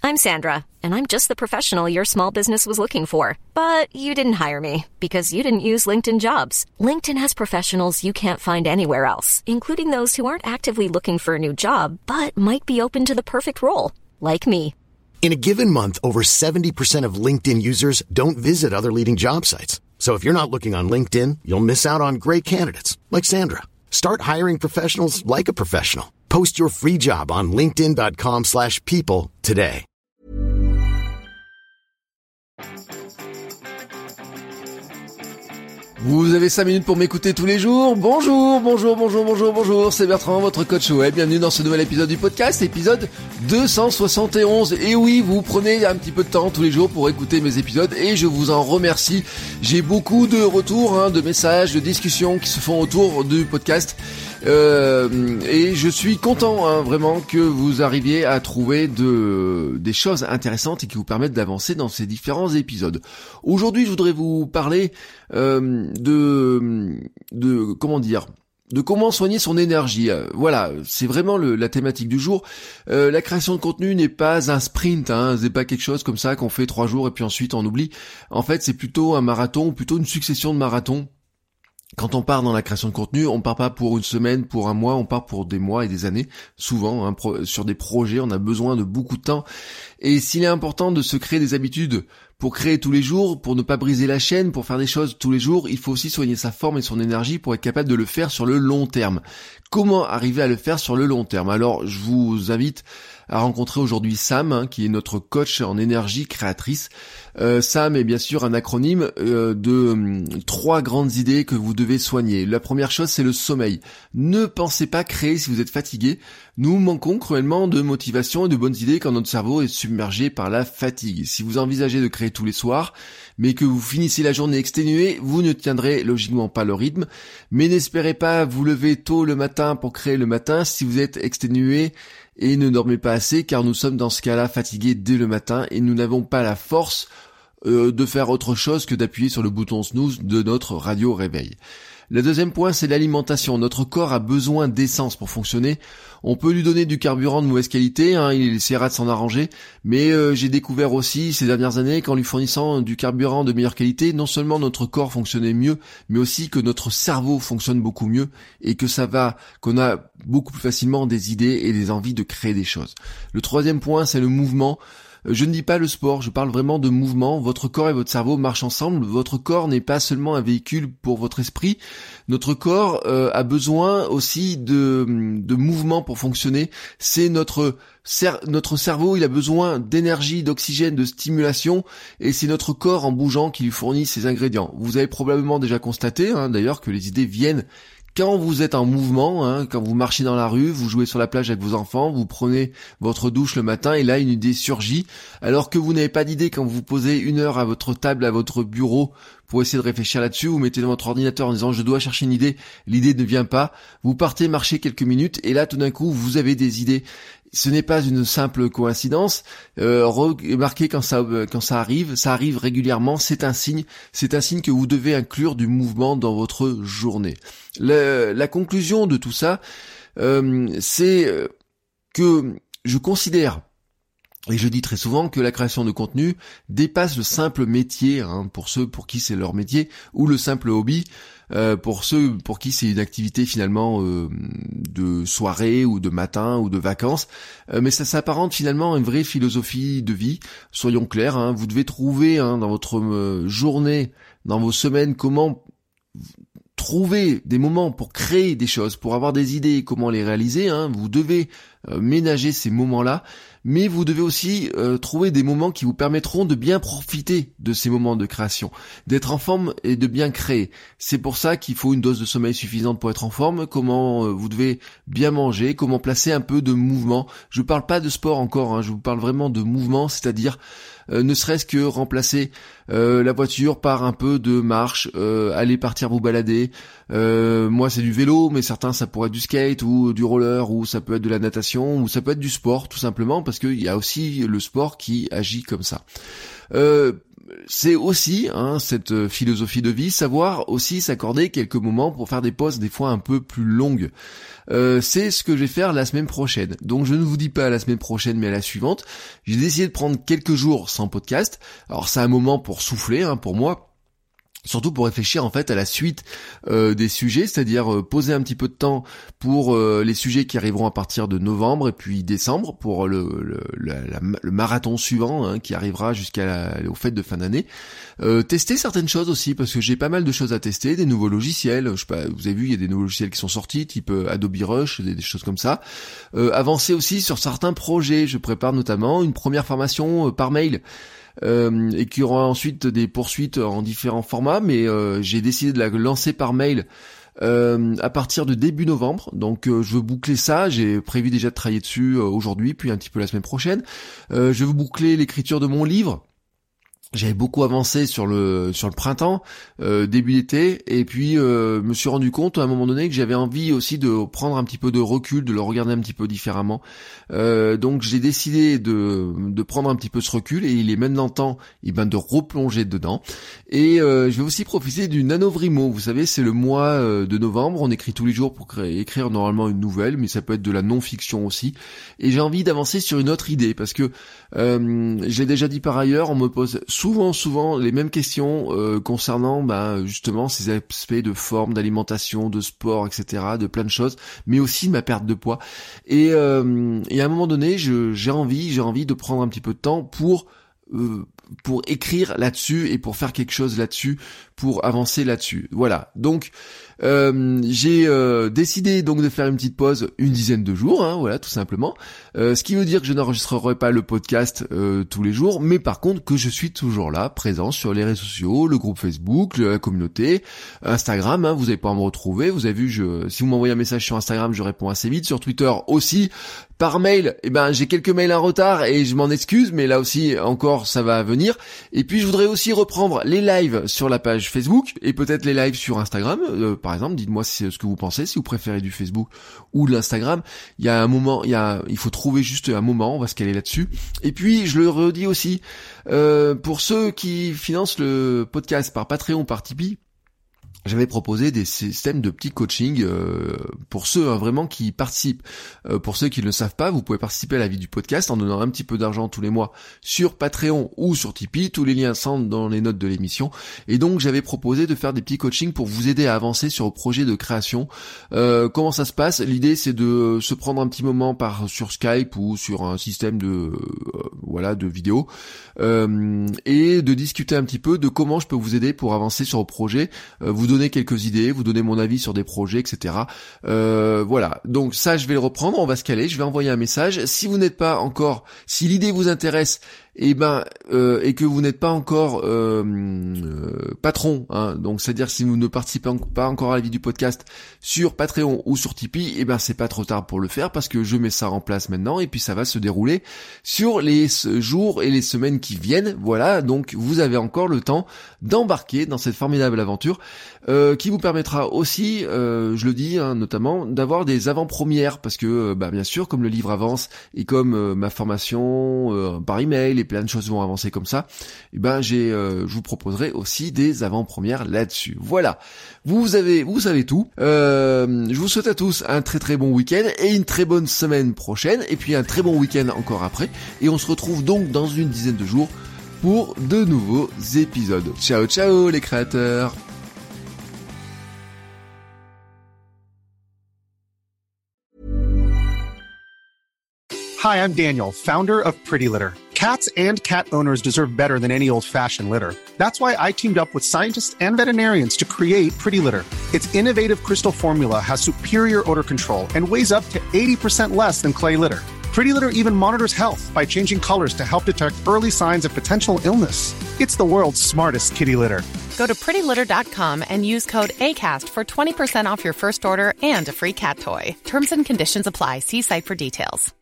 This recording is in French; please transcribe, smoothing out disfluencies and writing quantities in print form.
I'm Sandra, and I'm just the professional your small business was looking for. But you didn't hire me because you didn't use LinkedIn Jobs. LinkedIn has professionals you can't find anywhere else, including those who aren't actively looking for a new job, but might be open to the perfect role, like me. In a given month, over 70% of LinkedIn users don't visit other leading job sites. So if you're not looking on LinkedIn, you'll miss out on great candidates, like Sandra. Start hiring professionals like a professional. Post your free job on linkedin.com/people today. Vous avez 5 minutes pour m'écouter tous les jours. Bonjour, c'est Bertrand, votre coach web. Bienvenue dans ce nouvel épisode du podcast, épisode 271. Et oui, vous prenez un petit peu de temps tous les jours pour écouter mes épisodes et je vous en remercie. J'ai beaucoup de retours, de messages, de discussions qui se font autour du podcast. Et je suis content vraiment que vous arriviez à trouver des choses intéressantes et qui vous permettent d'avancer dans ces différents épisodes. Aujourd'hui, je voudrais vous parler de comment soigner son énergie. Voilà, c'est vraiment la thématique du jour. La création de contenu n'est pas un sprint, c'est pas quelque chose comme ça qu'on fait 3 jours et puis ensuite on oublie. En fait, c'est plutôt un marathon, ou plutôt une succession de marathons. Quand on part dans la création de contenu, on part pas pour une semaine, pour un mois, on part pour des mois et des années. Souvent, sur des projets, on a besoin de beaucoup de temps. Et s'il est important de se créer des habitudes pour créer tous les jours, pour ne pas briser la chaîne, pour faire des choses tous les jours, il faut aussi soigner sa forme et son énergie pour être capable de le faire sur le long terme. Comment arriver à le faire sur le long terme ? Alors, je vous invite à rencontrer aujourd'hui Sam, qui est notre coach en énergie créatrice. Sam est bien sûr un acronyme de 3 grandes idées que vous devez soigner. La première chose, c'est le sommeil. Ne pensez pas créer si vous êtes fatigué. Nous manquons cruellement de motivation et de bonnes idées quand notre cerveau est submergé par la fatigue. Si vous envisagez de créer tous les soirs, mais que vous finissez la journée exténué, vous ne tiendrez logiquement pas le rythme. Mais n'espérez pas vous lever tôt le matin pour créer le matin si vous êtes exténué et ne dormez pas assez, car nous sommes dans ce cas-là fatigués dès le matin et nous n'avons pas la force de faire autre chose que d'appuyer sur le bouton snooze de notre radio réveil. Le deuxième point, c'est l'alimentation. Notre corps a besoin d'essence pour fonctionner. On peut lui donner du carburant de mauvaise qualité, il essaiera de s'en arranger, mais j'ai découvert aussi ces dernières années qu'en lui fournissant du carburant de meilleure qualité, non seulement notre corps fonctionnait mieux, mais aussi que notre cerveau fonctionne beaucoup mieux et que qu'on a beaucoup plus facilement des idées et des envies de créer des choses. Le troisième point, c'est le mouvement. Je ne dis pas le sport, je parle vraiment de mouvement. Votre corps et votre cerveau marchent ensemble. Votre corps n'est pas seulement un véhicule pour votre esprit. Notre corps a besoin aussi de mouvement pour fonctionner. C'est notre cerveau, il a besoin d'énergie, d'oxygène, de stimulation, et c'est notre corps en bougeant qui lui fournit ces ingrédients. Vous avez probablement déjà constaté, d'ailleurs, que les idées viennent quand vous êtes en mouvement, quand vous marchez dans la rue, vous jouez sur la plage avec vos enfants, vous prenez votre douche le matin et là une idée surgit, alors que vous n'avez pas d'idée quand vous vous posez 1 heure à votre table, à votre bureau pour essayer de réfléchir là-dessus, vous mettez dans votre ordinateur en disant je dois chercher une idée, l'idée ne vient pas, vous partez marcher quelques minutes et là tout d'un coup vous avez des idées. Ce n'est pas une simple coïncidence. Remarquez quand ça arrive régulièrement, c'est un signe que vous devez inclure du mouvement dans votre journée. La conclusion de tout ça, c'est que je considère, et je dis très souvent, que la création de contenu dépasse le simple métier, pour ceux pour qui c'est leur métier, ou le simple hobby, pour ceux pour qui c'est une activité finalement de soirée ou de matin ou de vacances, mais ça s'apparente finalement à une vraie philosophie de vie. Soyons clairs, vous devez trouver dans votre journée, dans vos semaines, comment trouver des moments pour créer des choses, pour avoir des idées, comment les réaliser. Vous devez ménager ces moments-là, mais vous devez aussi trouver des moments qui vous permettront de bien profiter de ces moments de création, d'être en forme et de bien créer. C'est pour ça qu'il faut une dose de sommeil suffisante pour être en forme, comment vous devez bien manger, comment placer un peu de mouvement. Je parle pas de sport encore, je vous parle vraiment de mouvement, c'est-à-dire ne serait-ce que remplacer la voiture par un peu de marche, aller partir vous balader. Moi c'est du vélo, mais certains ça pourrait être du skate ou du roller, ou ça peut être de la natation, ou ça peut être du sport tout simplement, parce qu'il y a aussi le sport qui agit comme ça. c'est aussi cette philosophie de vie, savoir aussi s'accorder quelques moments pour faire des pauses des fois un peu plus longues. C'est ce que je vais faire la semaine prochaine. Donc je ne vous dis pas à la semaine prochaine mais à la suivante. J'ai décidé de prendre quelques jours sans podcast. Alors c'est un moment pour souffler pour moi. Surtout pour réfléchir en fait à la suite des sujets, c'est-à-dire poser un petit peu de temps pour les sujets qui arriveront à partir de novembre et puis décembre pour le marathon suivant qui arrivera aux fêtes de fin d'année. Tester certaines choses aussi parce que j'ai pas mal de choses à tester, des nouveaux logiciels. Je sais pas, vous avez vu, il y a des nouveaux logiciels qui sont sortis, type Adobe Rush, des choses comme ça. Avancer aussi sur certains projets. Je prépare notamment une première formation par mail. Et qui aura ensuite des poursuites en différents formats, mais j'ai décidé de la lancer par mail à partir de début novembre, donc je veux boucler ça, j'ai prévu déjà de travailler dessus aujourd'hui, puis un petit peu la semaine prochaine. Je veux boucler l'écriture de mon livre. J'avais beaucoup avancé sur le printemps, début d'été, et puis me suis rendu compte à un moment donné que j'avais envie aussi de prendre un petit peu de recul, de le regarder un petit peu différemment. Donc j'ai décidé de prendre un petit peu ce recul, et il est maintenant temps de replonger dedans. Et je vais aussi profiter du NaNoWriMo. Vous savez, c'est le mois de novembre, on écrit tous les jours pour écrire normalement une nouvelle, mais ça peut être de la non-fiction aussi. Et j'ai envie d'avancer sur une autre idée, parce que j'ai déjà dit par ailleurs, on me pose souvent les mêmes questions concernant justement ces aspects de forme, d'alimentation, de sport, etc., de plein de choses, mais aussi ma perte de poids. Et à un moment donné, j'ai envie de prendre un petit peu de temps pour écrire là-dessus et pour faire quelque chose là-dessus, pour avancer là-dessus. Voilà. Donc j'ai décidé donc de faire une petite pause, une dizaine de jours, voilà, tout simplement. Ce qui veut dire que je n'enregistrerai pas le podcast tous les jours, mais par contre que je suis toujours là, présent sur les réseaux sociaux, le groupe Facebook, la communauté, Instagram, vous n'allez pas à me retrouver. Vous avez vu, si vous m'envoyez un message sur Instagram, je réponds assez vite. Sur Twitter aussi. Par mail, j'ai quelques mails en retard et je m'en excuse, mais là aussi encore ça va venir. Et puis je voudrais aussi reprendre les lives sur la page Facebook et peut-être les lives sur Instagram. Par exemple, dites-moi ce que vous pensez, si vous préférez du Facebook ou de l'Instagram. Il y a un moment, il faut trouver juste un moment, on va se caler là-dessus. Et puis je le redis aussi, pour ceux qui financent le podcast par Patreon, par Tipeee, j'avais proposé des systèmes de petits coaching pour ceux vraiment qui participent. Pour ceux qui ne le savent pas, vous pouvez participer à la vie du podcast en donnant un petit peu d'argent tous les mois sur Patreon ou sur Tipeee. Tous les liens sont dans les notes de l'émission. Et donc j'avais proposé de faire des petits coachings pour vous aider à avancer sur vos projets de création. Comment ça se passe ? L'idée c'est de se prendre un petit moment sur Skype ou sur un système de vidéo et de discuter un petit peu de comment je peux vous aider pour avancer sur vos projets, vous donner quelques idées, vous donner mon avis sur des projets, etc. Voilà, donc ça je vais le reprendre, on va se caler, je vais envoyer un message. Si vous n'êtes pas encore, si l'idée vous intéresse, et que vous n'êtes pas encore patron, donc c'est-à-dire si vous ne participez pas encore à la vie du podcast sur Patreon ou sur Tipeee, c'est pas trop tard pour le faire parce que je mets ça en place maintenant et puis ça va se dérouler sur les jours et les semaines qui viennent. Voilà, donc vous avez encore le temps d'embarquer dans cette formidable aventure qui vous permettra aussi, je le dis notamment, d'avoir des avant-premières parce que bien sûr comme le livre avance et comme ma formation par email et plein de choses vont avancer comme ça, je vous proposerai aussi des avant-premières là-dessus. Voilà, vous savez tout. Je vous souhaite à tous un très très bon week-end et une très bonne semaine prochaine et puis un très bon week-end encore après et on se retrouve donc dans une dizaine de jours pour de nouveaux épisodes. Ciao ciao les créateurs. Hi, I'm Daniel, founder of Pretty Litter. Cats and cat owners deserve better than any old-fashioned litter. That's why I teamed up with scientists and veterinarians to create Pretty Litter. Its innovative crystal formula has superior odor control and weighs up to 80% less than clay litter. Pretty Litter even monitors health by changing colors to help detect early signs of potential illness. It's the world's smartest kitty litter. Go to prettylitter.com and use code ACAST for 20% off your first order and a free cat toy. Terms and conditions apply. See site for details.